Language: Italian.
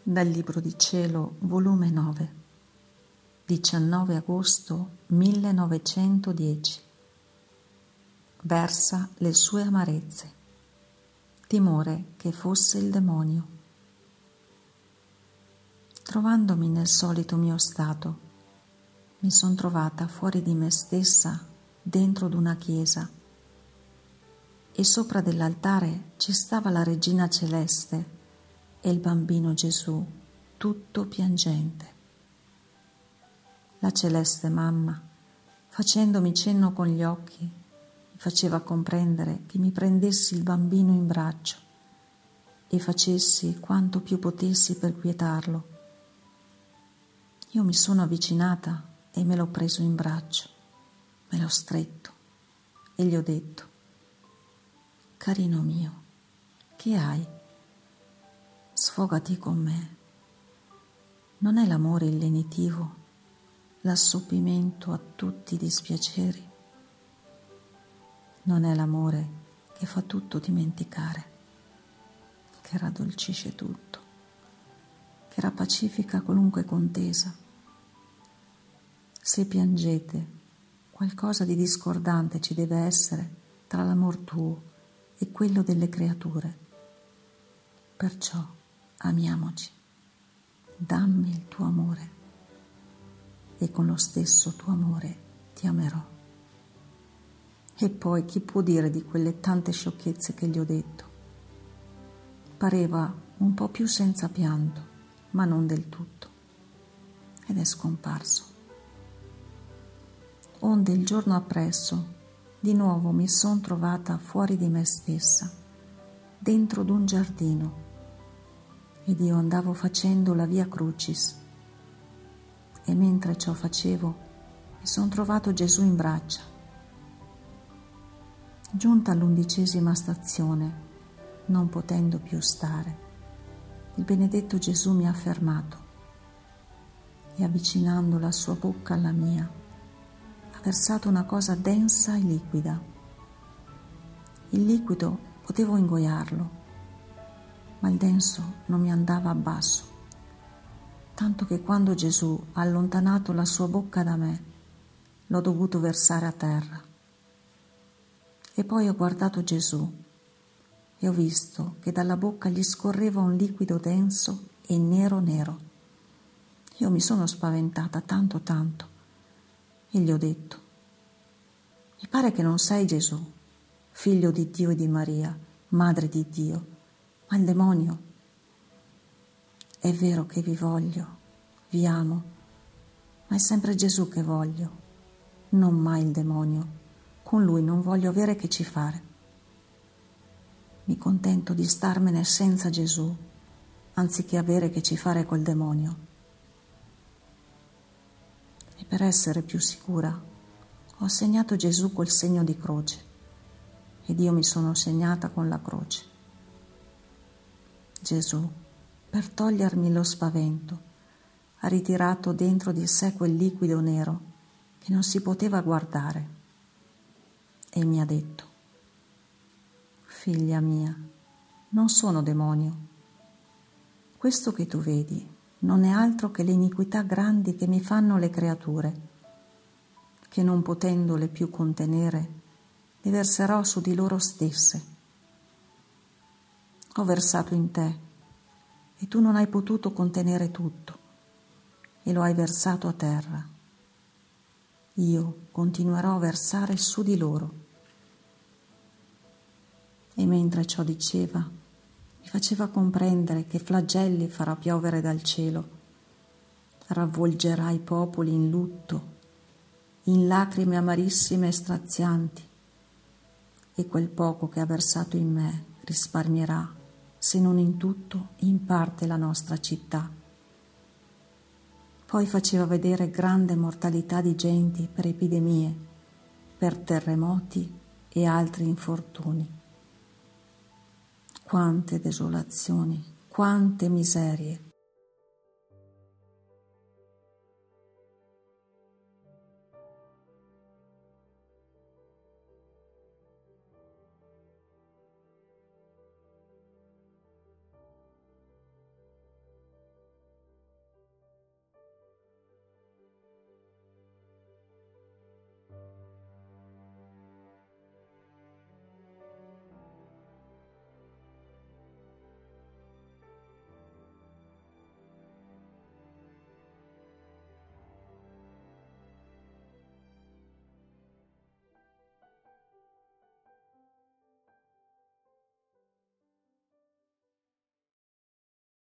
Dal Libro di Cielo, volume 9, 19 agosto 1910. Versa le sue amarezze. Timore che fosse il demonio. Trovandomi nel solito mio stato, mi son trovata fuori di me stessa dentro d'una chiesa e sopra dell'altare ci stava la Regina Celeste e il bambino Gesù, tutto piangente. La celeste mamma, facendomi cenno con gli occhi, mi faceva comprendere che mi prendessi il bambino in braccio e facessi quanto più potessi per quietarlo. Io mi sono avvicinata e me l'ho preso in braccio, me l'ho stretto e gli ho detto: «Carino mio, che hai? Sfogati con me. Non è l'amore il lenitivo, l'assopimento a tutti i dispiaceri? Non è l'amore che fa tutto dimenticare, che raddolcisce tutto, che rapacifica qualunque contesa? Se piangete, qualcosa di discordante ci deve essere tra l'amor tuo e quello delle creature. Perciò amiamoci, dammi il tuo amore e con lo stesso tuo amore ti amerò». E poi chi può dire di quelle tante sciocchezze che gli ho detto? Pareva un po' più senza pianto, ma non del tutto, ed è scomparso. Onde il giorno appresso di nuovo mi son trovata fuori di me stessa, dentro d'un giardino, ed io andavo facendo la Via Crucis, e mentre ciò facevo mi son trovato Gesù in braccia. Giunta all'11ª stazione, non potendo più stare, il benedetto Gesù mi ha fermato e, avvicinando la sua bocca alla mia, ha versato una cosa densa e liquida. Il liquido potevo ingoiarlo, ma il denso non mi andava abbasso, tanto che quando Gesù ha allontanato la sua bocca da me, l'ho dovuto versare a terra. E poi ho guardato Gesù e ho visto che dalla bocca gli scorreva un liquido denso e nero nero. Io mi sono spaventata tanto e gli ho detto: «Mi pare che non sei Gesù, figlio di Dio e di Maria, madre di Dio, ma il demonio. È vero che vi voglio, vi amo, ma è sempre Gesù che voglio, non mai il demonio. Con lui non voglio avere che ci fare. Mi contento di starmene senza Gesù, anziché avere che ci fare col demonio». E per essere più sicura ho segnato Gesù col segno di croce ed io mi sono segnata con la croce. Gesù, per togliermi lo spavento, ha ritirato dentro di sé quel liquido nero che non si poteva guardare e mi ha detto: «Figlia mia, non sono demonio. Questo che tu vedi non è altro che le iniquità grandi che mi fanno le creature, che non potendole più contenere, le verserò su di loro stesse. Ho versato in te e tu non hai potuto contenere tutto e lo hai versato a terra. Io continuerò a versare su di loro». E mentre ciò diceva, mi faceva comprendere che flagelli farà piovere dal cielo, ravvolgerà i popoli in lutto, in lacrime amarissime e strazianti, e quel poco che ha versato in me risparmierà, se non in tutto, in parte la nostra città. Poi faceva vedere grande mortalità di genti per epidemie, per terremoti e altri infortuni. Quante desolazioni, quante miserie,